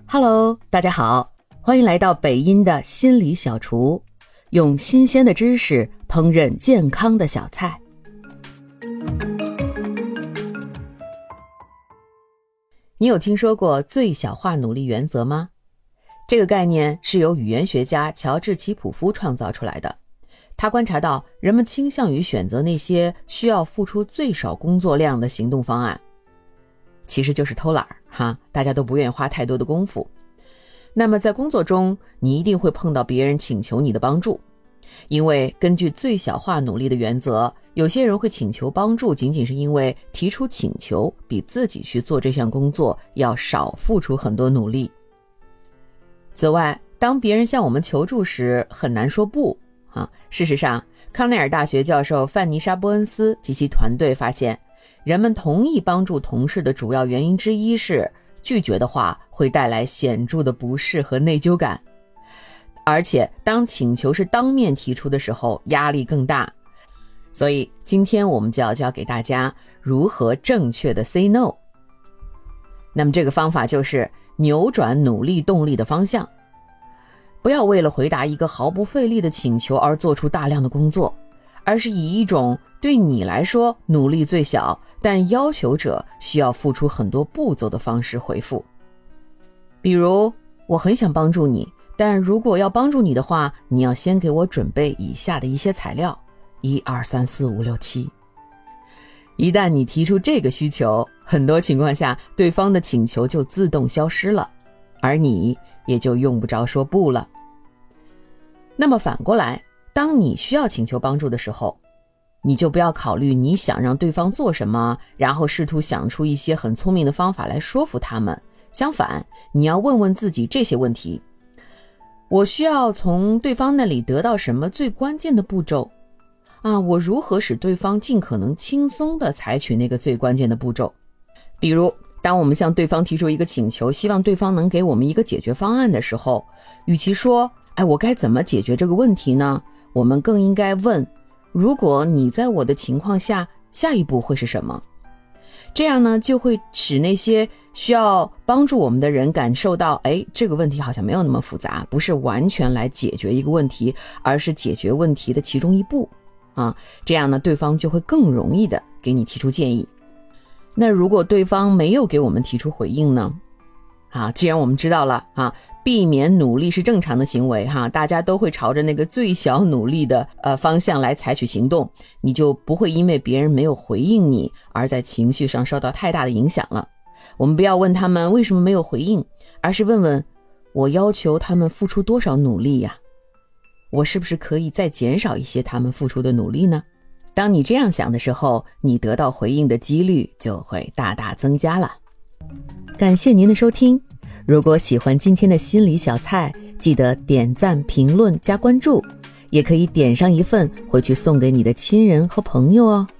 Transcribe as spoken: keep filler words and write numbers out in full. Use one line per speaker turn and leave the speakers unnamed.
Hello， 大家好，欢迎来到北音的心理小厨，用新鲜的知识烹饪健康的小菜。你有听说过最小化努力原则吗？这个概念是由语言学家乔治·齐普夫创造出来的。他观察到人们倾向于选择那些需要付出最少工作量的行动方案，其实就是偷懒哈，大家都不愿意花太多的功夫。那么在工作中，你一定会碰到别人请求你的帮助，因为根据最小化努力的原则，有些人会请求帮助，仅仅是因为提出请求比自己去做这项工作要少付出很多努力。此外，当别人向我们求助时，很难说不啊。事实上，康奈尔大学教授范妮莎·波恩斯及其团队发现，人们同意帮助同事的主要原因之一是拒绝的话会带来显著的不适和内疚感，而且当请求是当面提出的时候，压力更大。所以今天我们就要教给大家如何正确的 say no。 那么这个方法就是扭转努力动力的方向，不要为了回答一个毫不费力的请求而做出大量的工作，而是以一种对你来说努力最小，但要求者需要付出很多步骤的方式回复。比如，我很想帮助你，但如果要帮助你的话，你要先给我准备以下的一些材料，一二三四五六七。一旦你提出这个需求，很多情况下对方的请求就自动消失了，而你也就用不着说不了。那么反过来，当你需要请求帮助的时候，你就不要考虑你想让对方做什么，然后试图想出一些很聪明的方法来说服他们。相反，你要问问自己这些问题：我需要从对方那里得到什么最关键的步骤啊？我如何使对方尽可能轻松地采取那个最关键的步骤？比如，当我们向对方提出一个请求，希望对方能给我们一个解决方案的时候，与其说哎，我该怎么解决这个问题呢？我们更应该问，如果你在我的情况下，下一步会是什么？这样呢，就会使那些需要帮助我们的人感受到，哎，这个问题好像没有那么复杂，不是完全来解决一个问题，而是解决问题的其中一步啊。这样呢，对方就会更容易的给你提出建议。那如果对方没有给我们提出回应呢？啊，既然我们知道了啊，避免努力是正常的行为哈，大家都会朝着那个最小努力的呃方向来采取行动，你就不会因为别人没有回应你而在情绪上受到太大的影响了。我们不要问他们为什么没有回应，而是问问我要求他们付出多少努力呀？我是不是可以再减少一些他们付出的努力呢？当你这样想的时候，你得到回应的几率就会大大增加了。感谢您的收听，如果喜欢今天的心理小菜，记得点赞、评论、加关注，也可以点上一份回去送给你的亲人和朋友哦。